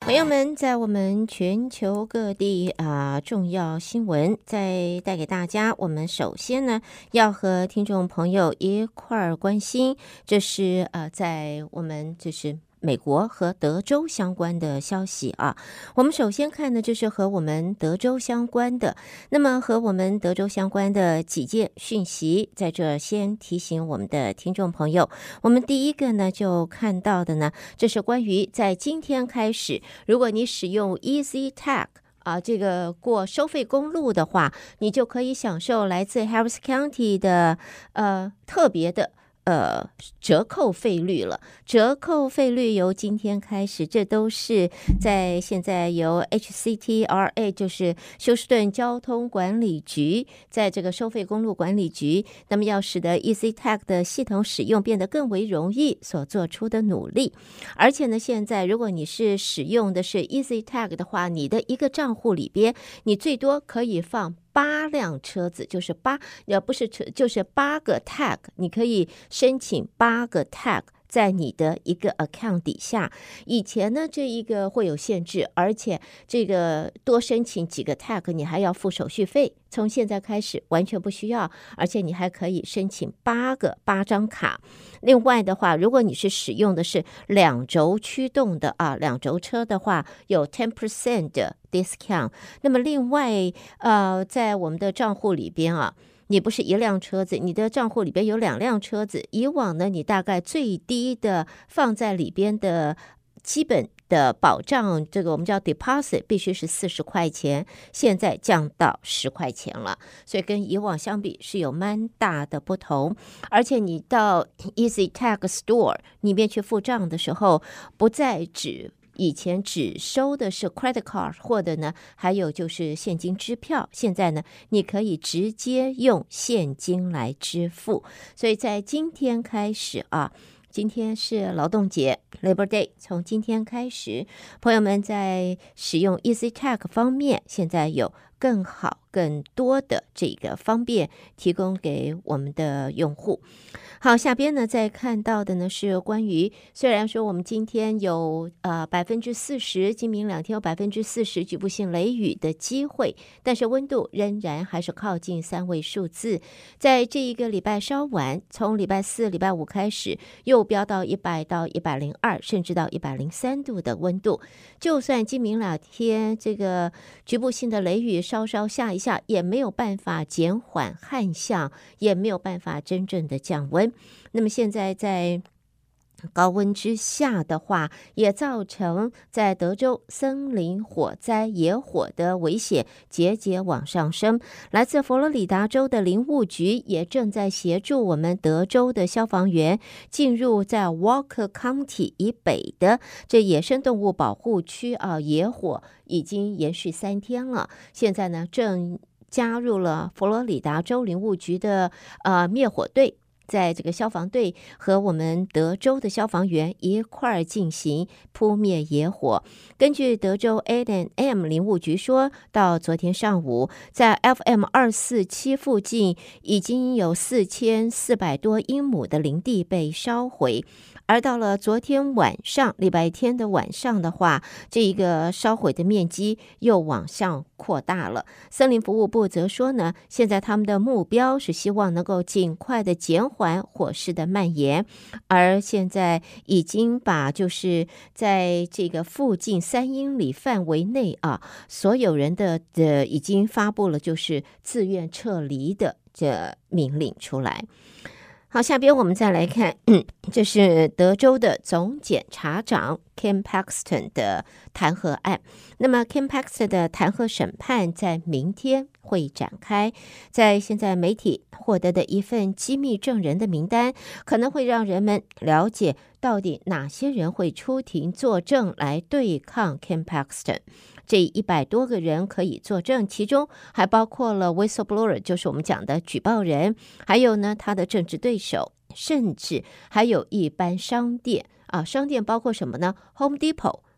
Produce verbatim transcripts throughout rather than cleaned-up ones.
朋友们，在我们全球各地啊、呃、重要新闻再带给大家，我们首先呢要和听众朋友一块儿关心，这是呃在我们就是美国和德州相关的消息啊。我们首先看的就是和我们德州相关的，那么和我们德州相关的几件讯息，在这先提醒我们的听众朋友。我们第一个呢就看到的呢，这是关于在今天开始，如果你使用 Easy Tag啊，这个过收费公路的话，你就可以享受来自 Harris County 的呃特别的呃折扣费率了。折扣费率由今天开始，这都是在现在由 H C T R A 就是休斯顿交通管理局，在这个收费公路管理局，那么要使得 Easy Tag 的系统使用变得更为容易所做出的努力。而且呢，现在如果你是使用的是 Easy Tag 的话，你的一个账户里边，你最多可以放八辆车子，就是八，呃，不是车，就是八个 tag， 你可以申请八个 tag。在你的一个 account 底下，以前呢这一个会有限制，而且这个多申请几个 tag 你还要付手续费，从现在开始完全不需要，而且你还可以申请八个八张卡。另外的话，如果你是使用的是两轴驱动的啊，两轴车的话，有 百分之十 的 discount。那么另外呃，在我们的账户里边啊，你不是一辆车子，你的账户里边有两辆车子。以往呢，你大概最低的放在里边的基本的保障，这个我们叫 deposit， 必须是四十块钱，现在降到十块钱了，所以跟以往相比是有蛮大的不同。而且你到 Easy Tag Store 里面去付账的时候，不再只以前只收的是 credit card， 或者呢还有就是现金支票，现在呢你可以直接用现金来支付。所以在今天开始啊，今天是劳动节 Labor Day， 从今天开始，朋友们在使用 Easy Tag 方面，现在有更好更多的这个方便提供给我们的用户。好，下边呢再看到的呢是关于，虽然说我们今天有呃百分之四十，今明两天有百分之四十局部性雷雨的机会，但是温度仍然还是靠近三位数字。在这一个礼拜稍晚，从礼拜四、礼拜五开始，又飙到一百到一百零二，甚至到一百零三度的温度。就算今明两天这个局部性的雷雨稍稍下一下，也没有办法减缓旱象，也没有办法真正的降温。那么现在在高温之下的话，也造成在德州森林火灾野火的危险节节往上升。来自佛罗里达州的林务局也正在协助我们德州的消防员进入在 Walker County 以北的这野生动物保护区啊，野火已经延续三天了，现在呢正加入了佛罗里达州林务局的呃灭火队，在这个消防队和我们德州的消防员一块儿进行扑灭野火。根据德州 A and M 林务局说，到昨天上午，在 F M 二四七附近已经有四千四百多英亩的林地被烧毁。而到了昨天晚上，礼拜天的晚上的话，这一个烧毁的面积又往上扩大了。森林服务部则说呢，现在他们的目标是希望能够尽快的减缓火势的蔓延，而现在已经把就是在这个附近三英里范围内啊，所有人的的已经发布了就是自愿撤离的这命令出来。好，下边我们再来看，嗯，这是德州的总检察长 Ken Paxton 的弹劾案。那么 Ken Paxton 的弹劾审判在明天会展开。在现在媒体获得的一份机密证人的名单，可能会让人们了解到底哪些人会出庭作证来对抗 Ken Paxton。这一百多个人可以作证，其中还包括了 whistleblower， 就是我们讲的举报人，还有呢他的政治对手，甚至还有一般商店啊，商店包括什么呢？ Home Depot，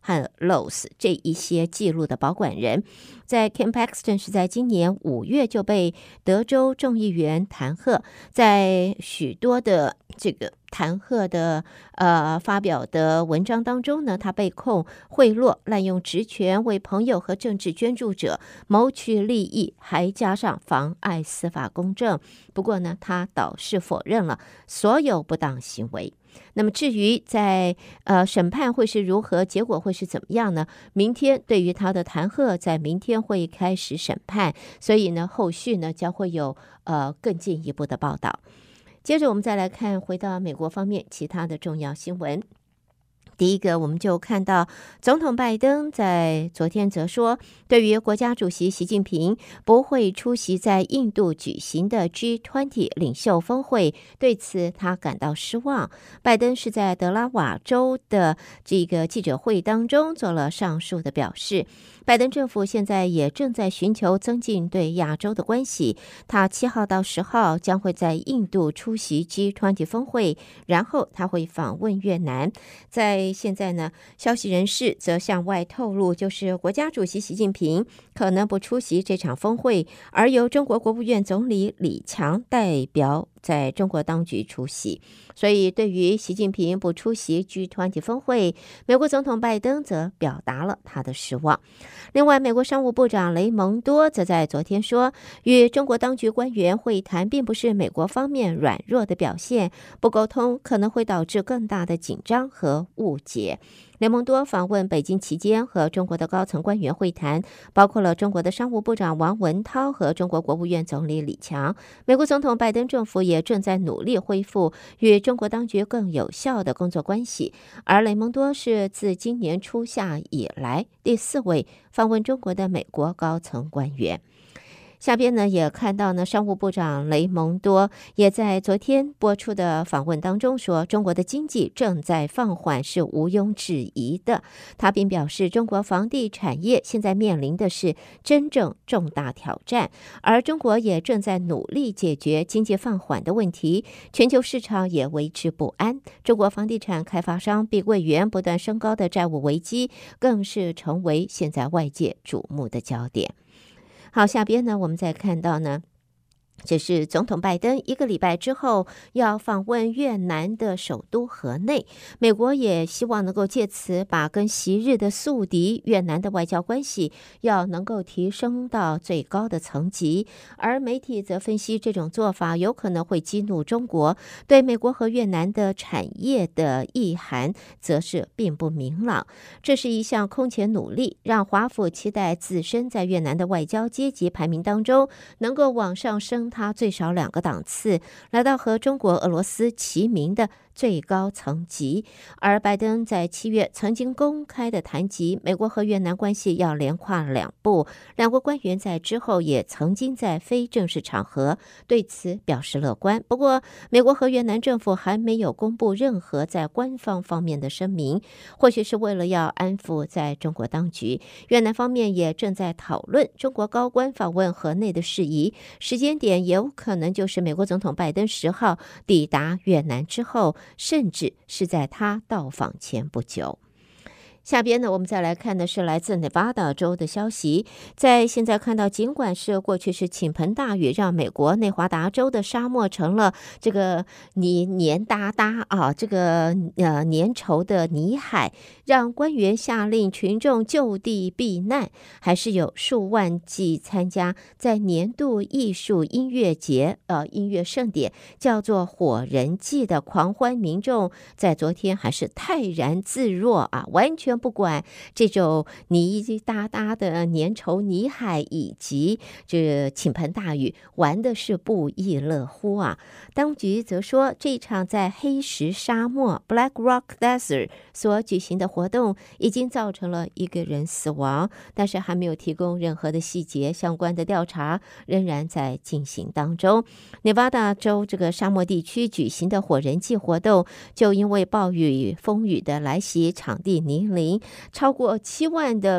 和 Lowe's 这一些记录的保管人。在 Ken Paxton 是在今年五月就被德州众议员弹劾，在许多的这个弹劾的呃发表的文章当中呢，他被控贿赂、滥用职权、为朋友和政治捐助者谋取利益，还加上妨碍司法公正。不过呢，他倒是否认了所有不当行为。那么至于在呃审判会是如何，结果会是怎么样呢？明天对于他的弹劾，在明天会开始审判，所以呢，后续呢将会有呃更进一步的报道。接着我们再来看，回到美国方面其他的重要新闻。第一个，我们就看到总统拜登在昨天则说，对于国家主席习近平不会出席在印度举行的 G 二十 领袖峰会，对此他感到失望。拜登是在德拉瓦州的这个记者会当中做了上述的表示。拜登政府现在也正在寻求增进对亚洲的关系。他七号到十号将会在印度出席 G 二十 峰会，然后他会访问越南。在现在呢，消息人士则向外透露，就是国家主席习近平可能不出席这场峰会，而由中国国务院总理李强代表在中国当局出席。所以对于习近平不出席 G 二十 峰会，美国总统拜登则表达了他的失望。另外，美国商务部长雷蒙多则在昨天说，与中国当局官员会谈并不是美国方面软弱的表现，不沟通可能会导致更大的紧张和误解。雷蒙多访问北京期间和中国的高层官员会谈，包括了中国的商务部长王文涛和中国国务院总理李强。美国总统拜登政府也正在努力恢复与中国当局更有效的工作关系，而雷蒙多是自今年初夏以来第四位访问中国的美国高层官员。下边呢，也看到呢，商务部长雷蒙多也在昨天播出的访问当中说，中国的经济正在放缓是毋庸置疑的。他并表示，中国房地产业现在面临的是真正重大挑战，而中国也正在努力解决经济放缓的问题，全球市场也为之不安。中国房地产开发商碧桂园不断升高的债务危机，更是成为现在外界瞩目的焦点。好，下边呢，我们再看到呢，这是总统拜登一个礼拜之后要访问越南的首都河内，美国也希望能够借此把跟昔日的宿敌越南的外交关系要能够提升到最高的层级，而媒体则分析这种做法有可能会激怒中国，对美国和越南的产业的意涵则是并不明朗。这是一项空前努力，让华府期待自身在越南的外交阶级排名当中能够往上升他最少两个档次，来到和中国、俄罗斯齐名的最高层级。而拜登在七月曾经公开的谈及美国和越南关系要连跨两步，两国官员在之后也曾经在非正式场合对此表示乐观。不过，美国和越南政府还没有公布任何在官方方面的声明，或许是为了要安抚在中国当局。越南方面也正在讨论中国高官访问河内的事宜，时间点也有可能就是美国总统拜登十号抵达越南之后，甚至是在他到访前不久。下边呢，我们再来看的是来自内华达州的消息。在现在看到，尽管是过去是倾盆大雨，让美国内华达州的沙漠成了这个泥黏哒哒啊，这个呃粘稠的泥海，让官员下令群众就地避难，还是有数万计参加在年度艺术音乐节呃音乐盛典叫做火人祭的狂欢民众，在昨天还是泰然自若啊，完全不管这种泥哒哒的粘稠泥海以及这倾盆大雨，玩的是不亦乐乎啊。当局则说，这场在黑石沙漠 Black Rock Desert 所举行的活动已经造成了一个人死亡，但是还没有提供任何的细节，相关的调查仍然在进行当中。内华达州这个沙漠地区举行的火人祭活动，就因为暴雨风雨的来袭，场地泥泞，超过七万的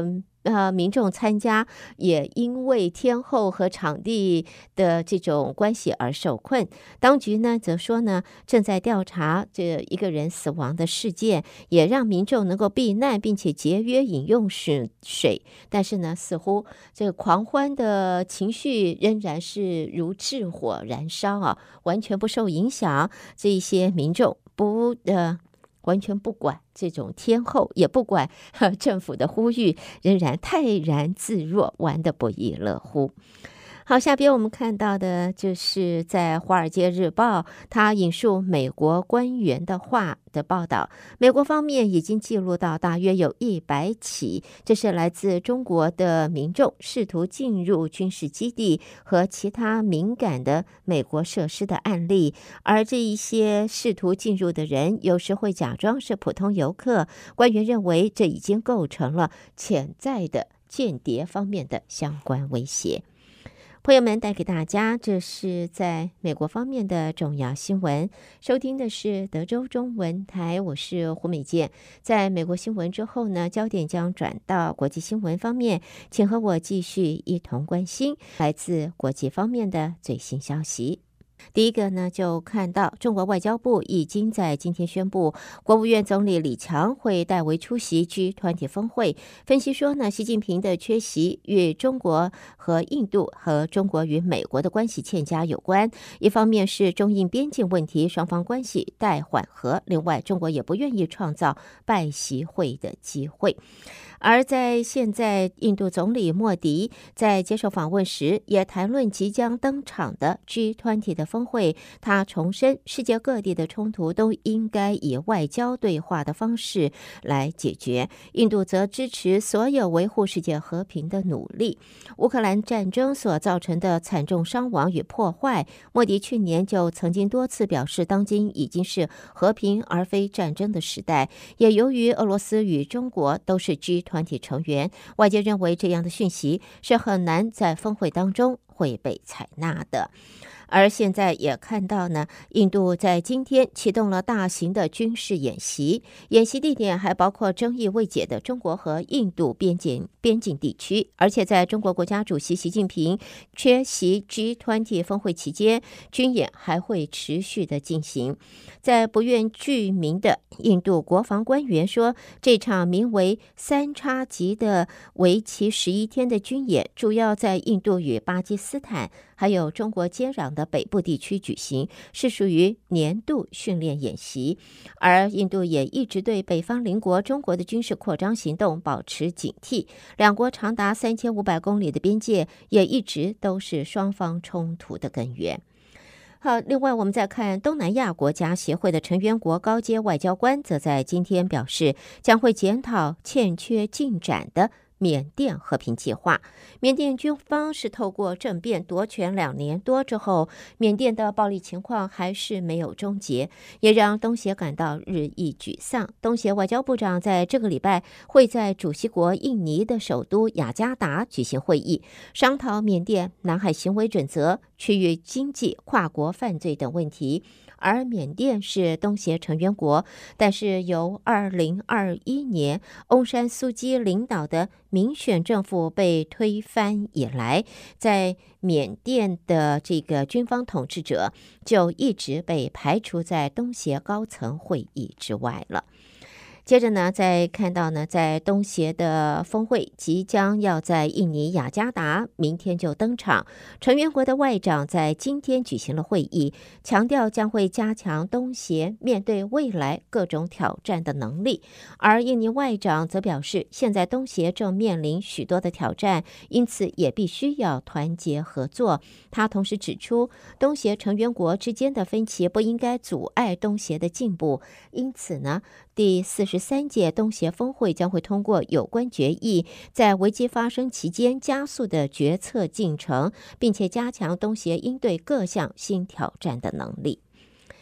呃，民众参加也因为天候和场地的这种关系而受困。当局呢则说呢，正在调查这一个人死亡的事件，也让民众能够避难，并且节约饮用水水。但是呢，似乎这个狂欢的情绪仍然是如炽火燃烧啊，完全不受影响。这一些民众不呃。完全不管这种天候，也不管政府的呼吁，仍然泰然自若，玩得不亦乐乎。好，下边我们看到的就是在《华尔街日报》他引述美国官员的话的报道，美国方面已经记录到大约有一百起，这是来自中国的民众试图进入军事基地和其他敏感的美国设施的案例，而这一些试图进入的人有时会假装是普通游客，官员认为这已经构成了潜在的间谍方面的相关威胁。朋友们，带给大家这是在美国方面的重要新闻。收听的是德州中文台，我是胡美健。在美国新闻之后呢，焦点将转到国际新闻方面，请和我继续一同关心来自国际方面的最新消息。第一个呢，就看到中国外交部已经在今天宣布，国务院总理李强会代为出席 G 二十 峰会。分析说呢，习近平的缺席与中国和印度和中国与美国的关系欠佳有关。一方面是中印边境问题，双方关系待缓和；另外，中国也不愿意创造拜习会的机会。而在现在，印度总理莫迪在接受访问时，也谈论即将登场的 G 二十 的峰会。他重申，世界各地的冲突都应该以外交对话的方式来解决。印度则支持所有维护世界和平的努力。乌克兰战争所造成的惨重伤亡与破坏，莫迪去年就曾经多次表示，当今已经是和平而非战争的时代。也由于俄罗斯与中国都是 G 二十 成员，外界认为这样的讯息是很难在峰会当中会被采纳的。而现在也看到呢，印度在今天启动了大型的军事演习，演习地点还包括争议未解的中国和印度边境边境地区。而且在中国国家主席习近平缺席 G 二十 峰会期间，军演还会持续的进行。在不愿具名的印度国防官员说，这场名为三叉戟的为期十一天的军演，主要在印度与巴基斯坦还有中国接壤的北部地区举行，是属于年度训练演习。而印度也一直对北方邻国中国的军事扩张行动保持警惕，两国长达三千五百公里的边界也一直都是双方冲突的根源。好，另外我们再看东南亚国家协会的成员国高阶外交官，则在今天表示，将会检讨欠缺进展的缅甸和平计划。缅甸军方是透过政变夺权两年多之后，缅甸的暴力情况还是没有终结，也让东协感到日益沮丧。东协外交部长在这个礼拜会在主席国印尼的首都雅加达举行会议，商讨缅甸南海行为准则、区域经济、跨国犯罪等问题。而缅甸是东协成员国，但是由二零二一年翁山苏基领导的民选政府被推翻以来，在缅甸的这个军方统治者就一直被排除在东协高层会议之外了。接着呢，再看到呢，在东协的峰会即将要在印尼雅加达明天就登场，成员国的外长在今天举行了会议，强调将会加强东协面对未来各种挑战的能力。而印尼外长则表示，现在东协正面临许多的挑战，因此也必须要团结合作。他同时指出，东协成员国之间的分歧不应该阻碍东协的进步，因此呢，第四十三届东协峰会将会通过有关决议，在危机发生期间加速的决策进程，并且加强东协应对各项新挑战的能力。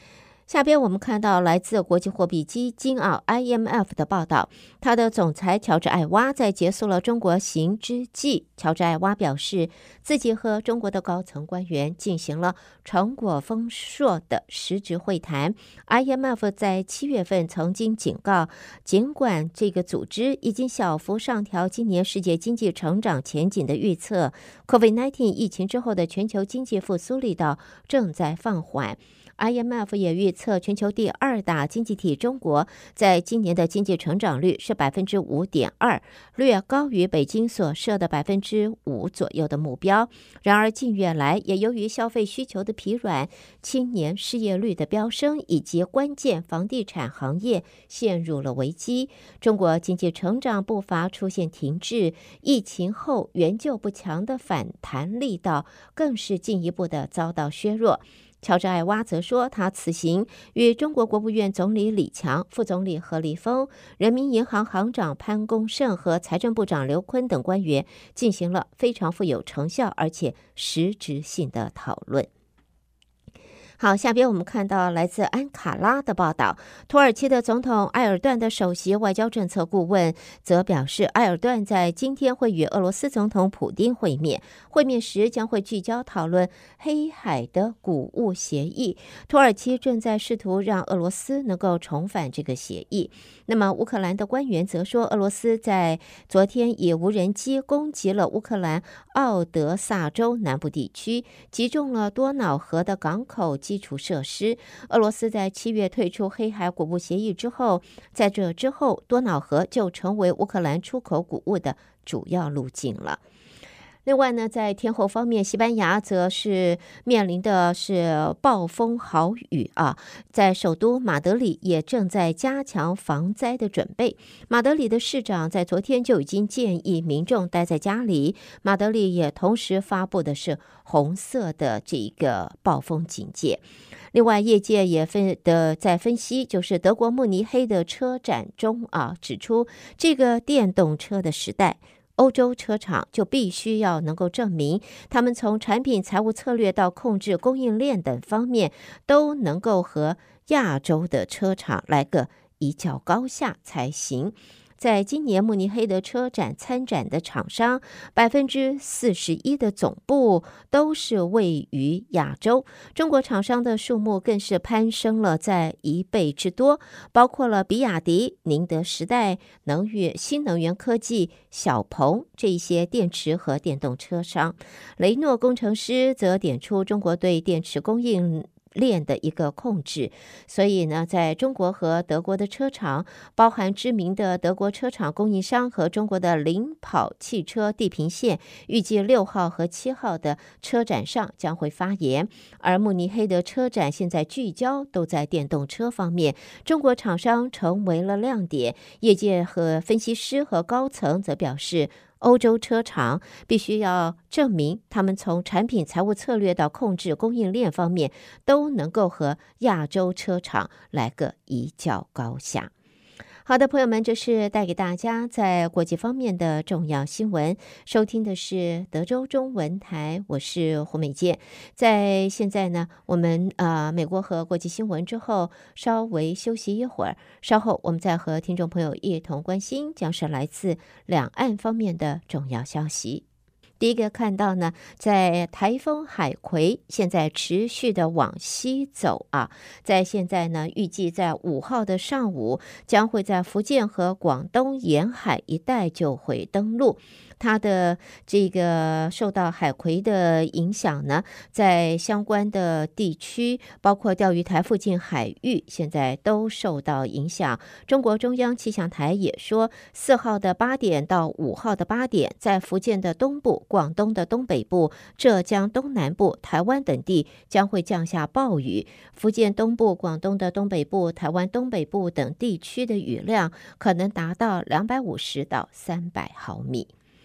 下边我们看到来自国际货币基金啊 I M F 的报道，他的总裁乔治艾娃在结束了中国行之际，乔治艾娃表示自己和中国的高层官员进行了成果丰硕的实质会谈。I M F 在七月份曾经警告，尽管这个组织已经小幅上调今年世界经济成长前景的预测 ，COVID 十九 疫情之后的全球经济复苏力道正在放缓。I M F 也预测，全球第二大经济体中国在今年的经济成长率是百分之五点二，略高于北京所设的百分之五左右的目标。然而，近月来也由于消费需求的疲软、青年失业率的飙升以及关键房地产行业陷入了危机，中国经济成长步伐出现停滞，疫情后援救不强的反弹力道更是进一步的遭到削弱。乔治艾娃则说，他此行与中国国务院总理李强、副总理何立峰、人民银行行长潘功胜和财政部长刘昆等官员进行了非常富有成效而且实质性的讨论。好，下边我们看到来自安卡拉的报道，土耳其的总统埃尔段的首席外交政策顾问则表示，埃尔段在今天会与俄罗斯总统普丁会面，会面时将会聚焦讨论黑海的谷物协议。土耳其正在试图让俄罗斯能够重返这个协议。那么乌克兰的官员则说，俄罗斯在昨天以无人机攻击了乌克兰奥德萨州南部地区，击中了多瑙河的港口基础设施。俄罗斯在七月退出黑海谷物协议之后，在这之后，多瑙河就成为乌克兰出口谷物的主要路径了。另外呢，在天候方面，西班牙则是面临的是暴风豪雨啊，在首都马德里也正在加强防灾的准备。马德里的市长在昨天就已经建议民众待在家里。马德里也同时发布的是红色的这个暴风警戒。另外，业界也分的在分析，就是德国慕尼黑的车展中啊，指出这个电动车的时代，欧洲车厂就必须要能够证明，他们从产品、财务策略到控制供应链等方面，都能够和亚洲的车厂来个一较高下才行。在今年慕尼黑的车展参展的厂商，百分之四十一的总部都是位于亚洲，中国厂商的数目更是攀升了在一倍之多，包括了比亚迪、宁德时代、能源、新能源科技、小鹏这一些电池和电动车商。雷诺工程师则点出中国对电池供应链的一个控制，所以呢，在中国和德国的车厂，包含知名的德国车厂供应商和中国的领跑汽车地平线，预计六号和七号的车展上将会发言。而慕尼黑的车展现在聚焦都在电动车方面，中国厂商成为了亮点。业界和分析师和高层则表示，欧洲车厂必须要证明，他们从产品、财务策略到控制供应链方面，都能够和亚洲车厂来个一较高下。好的，朋友们，这是带给大家在国际方面的重要新闻。收听的是德州中文台，我是胡美健。在现在呢，我们呃美国和国际新闻之后，稍微休息一会儿，稍后我们再和听众朋友一同关心将是来自两岸方面的重要消息。第一个看到呢，在台风海葵现在持续的往西走啊，在现在呢，预计在五号的上午将会在福建和广东沿海一带就会登陆。它的这个受到海葵的影响呢，在相关的地区，包括钓鱼台附近海域，现在都受到影响。中国中央气象台也说，四号的八点到五号的八点，在福建的东部、广东的东北部、浙江东南部、台湾等地将会降下暴雨。福建东部、广东的东北部、台湾东北部等地区的雨量可能达到两百五十到三百毫米。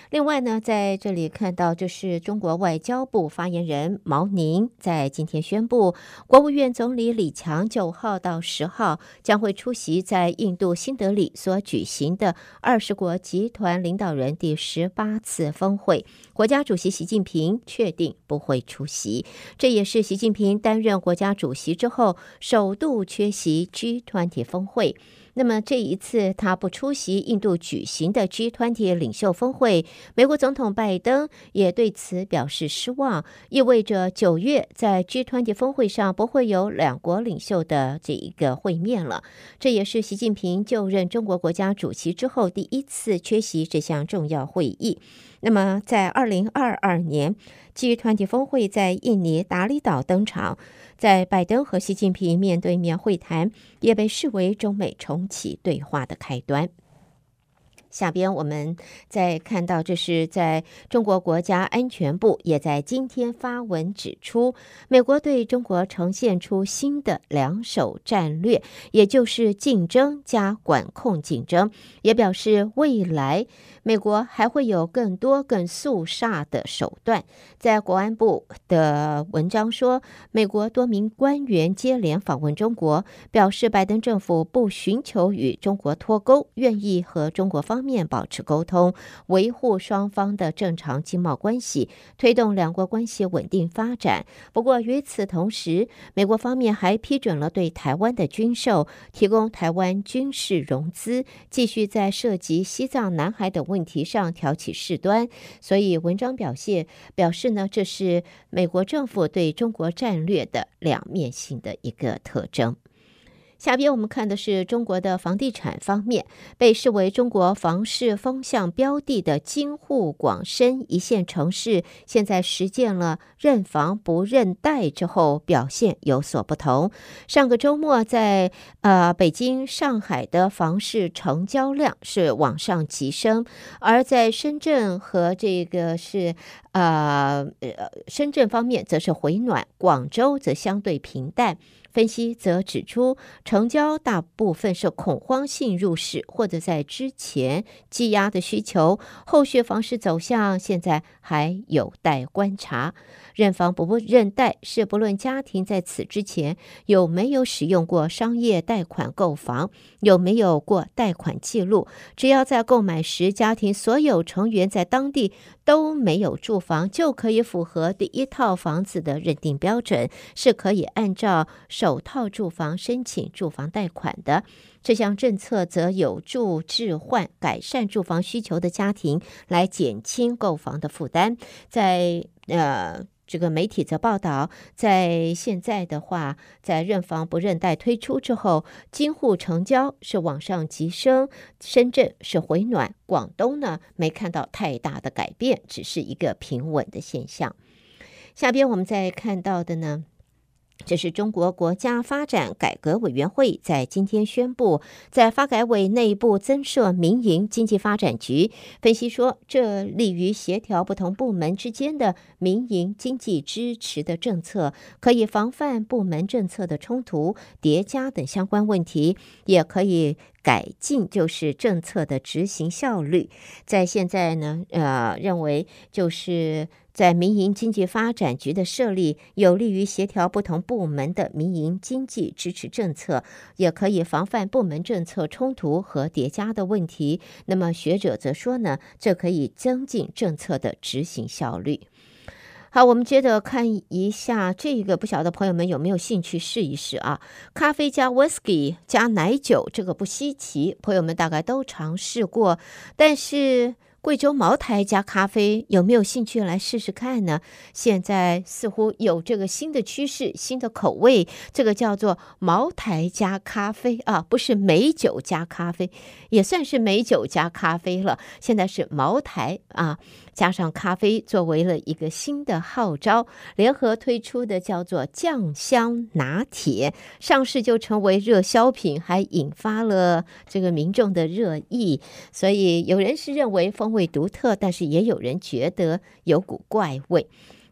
另外呢，在这里看到，就是中国外交部发言人毛宁在今天宣布，国务院总理李强九号到十号将会出席在印度新德里所举行的二十国集团领导人第十八次峰会。国家主席习近平确定不会出席，这也是习近平担任国家主席之后首度缺席 G 二十 峰会。那么这一次他不出席印度举行的 G 二十 领袖峰会，美国总统拜登也对此表示失望，意味着九月在 G 二十 峰会上不会有两国领袖的这一个会面了。这也是习近平就任中国国家主席之后第一次缺席这项重要会议。那么在二零二二年 G 二十 峰会在印尼达里岛登场，在拜登和习近平面对面会谈，也被视为中美重启对话的开端。下边我们再看到，这是在中国国家安全部也在今天发文指出，美国对中国呈现出新的两手战略，也就是竞争加管控竞争，也表示未来美国还会有更多更肃杀的手段。在国安部的文章说，美国多名官员接连访问中国，表示拜登政府不寻求与中国脱钩，愿意和中国方面保持沟通，维护双方的正常经贸关系，推动两国关系稳定发展。不过与此同时，美国方面还批准了对台湾的军售，提供台湾军事融资，继续在涉及西藏、南海等问题上挑起事端。所以文章表现表示呢，这是美国政府对中国战略的两面性的一个特征。下边我们看的是中国的房地产方面，被视为中国房市风向标的的京沪广深一线城市，现在实践了认房不认贷之后，表现有所不同。上个周末在呃北京、上海的房市成交量是往上急升，而在深圳和这个是呃呃深圳方面则是回暖，广州则相对平淡。分析则指出，成交大部分是恐慌性入市，或者在之前积压的需求，后续房市走向现在还有待观察。认房不认贷是不论家庭在此之前有没有使用过商业贷款购房，有没有过贷款记录，只要在购买时家庭所有成员在当地都没有住房，就可以符合第一套房子的认定标准，是可以按照首套住房申请住房贷款的。这项政策则有助置换改善住房需求的家庭，来减轻购房的负担。在呃这个媒体则报道，在现在的话，在认房不认贷推出之后，京沪成交是往上急升，深圳是回暖，广东呢没看到太大的改变，只是一个平稳的现象。下边我们再看到的呢，这是中国国家发展改革委员会在今天宣布，在发改委内部增设民营经济发展局。分析说，这利于协调不同部门之间的民营经济支持的政策，可以防范部门政策的冲突、叠加等相关问题，也可以改进就是政策的执行效率。在现在呢，呃，认为就是在民营经济发展局的设立，有利于协调不同部门的民营经济支持政策，也可以防范部门政策冲突和叠加的问题。那么学者则说呢，这可以增进政策的执行效率。好，我们接着看一下这个，不晓得朋友们有没有兴趣试一试啊？咖啡加 whisky 加奶酒，这个不稀奇，朋友们大概都尝试过，但是贵州茅台加咖啡有没有兴趣来试试看呢？现在似乎有这个新的趋势，新的口味，这个叫做茅台加咖啡啊，不是美酒加咖啡，也算是美酒加咖啡了。现在是茅台啊，加上咖啡作为了一个新的号召，联合推出的叫做酱香拿铁，上市就成为热销品，还引发了这个民众的热议。所以有人是认为风味独特，但是也有人觉得有股怪味。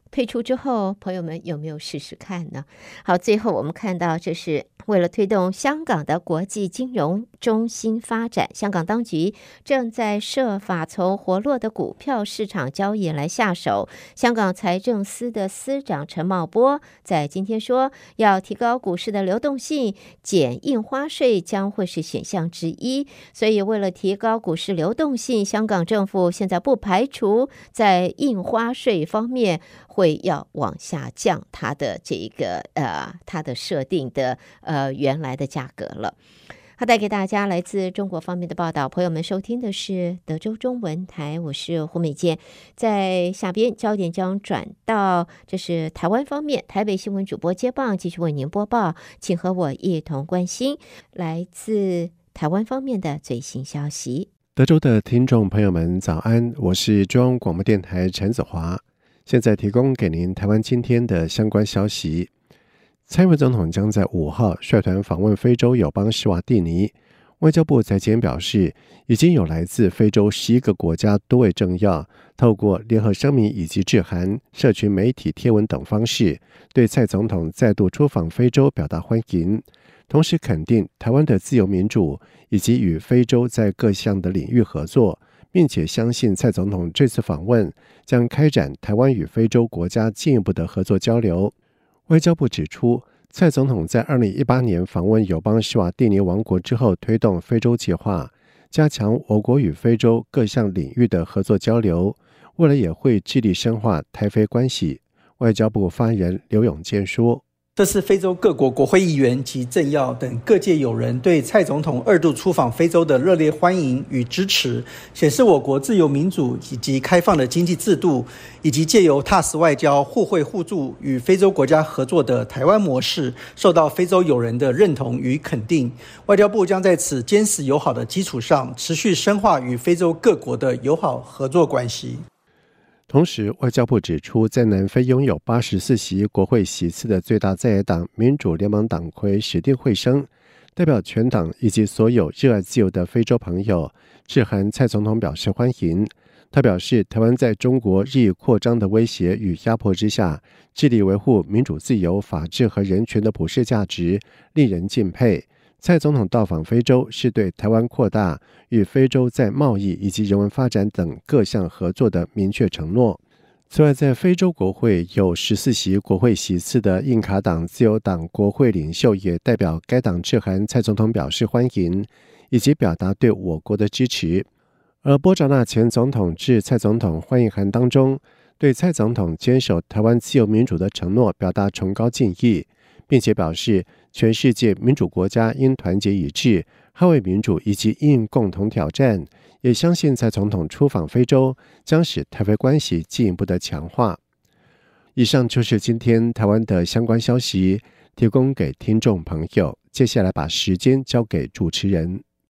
推出之后，朋友们有没有试试看呢？好，最后我们看到，这是为了推动香港的国际金融中心发展，香港当局正在设法从活络的股票市场交易来下手。香港财政司的司长陈茂波在今天说，要提高股市的流动性，减印花税将会是选项之一。所以，为了提高股市流动性，香港政府现在不排除在印花税方面会要往下降它的这个呃它的设定的呃原来的价格了。好，带给大家来自中国方面的报道。朋友们收听的是德州中文台，我是胡美健。在下边焦点将转到这是台湾方面，台北新闻主播接棒继续为您播报，请和我一同关心来自台湾方面的最新消息。 德州的听众朋友们早安，我是中央广播电台陈子华，现在提供给您台湾今天的相关消息。蔡英文总统将在五号率团访问非洲友邦施瓦蒂尼。外交部在今天表示，已经有来自非洲十一个国家多位政要透过联合声明以及致函、社群媒体贴文等方式，对蔡总统再度出访非洲表达欢迎，同时肯定台湾的自由民主以及与非洲在各项的领域合作，并且相信蔡总统这次访问将开展台湾与非洲国家进一步的合作交流。外交部指出，蔡总统在二零一八年访问友邦施瓦蒂尼王国之后，推动非洲计划，加强我国与非洲各项领域的合作交流，未来也会致力深化台非关系。外交部发言人刘永健说， 这是非洲各国国会议员及政要等各界友人对蔡总统二度出访非洲的热烈欢迎与支持，显示我国自由民主以及开放的经济制度，以及借由踏实外交、互惠互助与非洲国家合作的台湾模式，受到非洲友人的认同与肯定。外交部将在此坚实友好的基础上，持续深化与非洲各国的友好合作关系。 同时，外交部指出，在南非拥有八十四席国会席次的最大在野党民主联盟党魁史蒂惠生，代表全党以及所有热爱自由的非洲朋友，致函蔡总统表示欢迎。他表示，台湾在中国日益扩张的威胁与压迫之下，致力维护民主自由、法治和人权的普世价值，令人敬佩。蔡总统到访非洲是对台湾扩大与非洲在贸易以及人文发展等各项合作的明确承诺。此外，在非洲国会有十四席国会席次的印卡党自由党国会领袖也代表该党致函蔡总统表示欢迎，以及表达对我国的支持。而波札那前总统致蔡总统欢迎函当中，对蔡总统坚守台湾自由民主的承诺表达崇高敬意，并且表示全世界民主国家应团结一致，捍卫民主以及应共同挑战，也相信蔡总统出访非洲将使台非关系进一步的强化。以上就是今天台湾的相关消息，提供给听众朋友。接下来把时间交给主持人。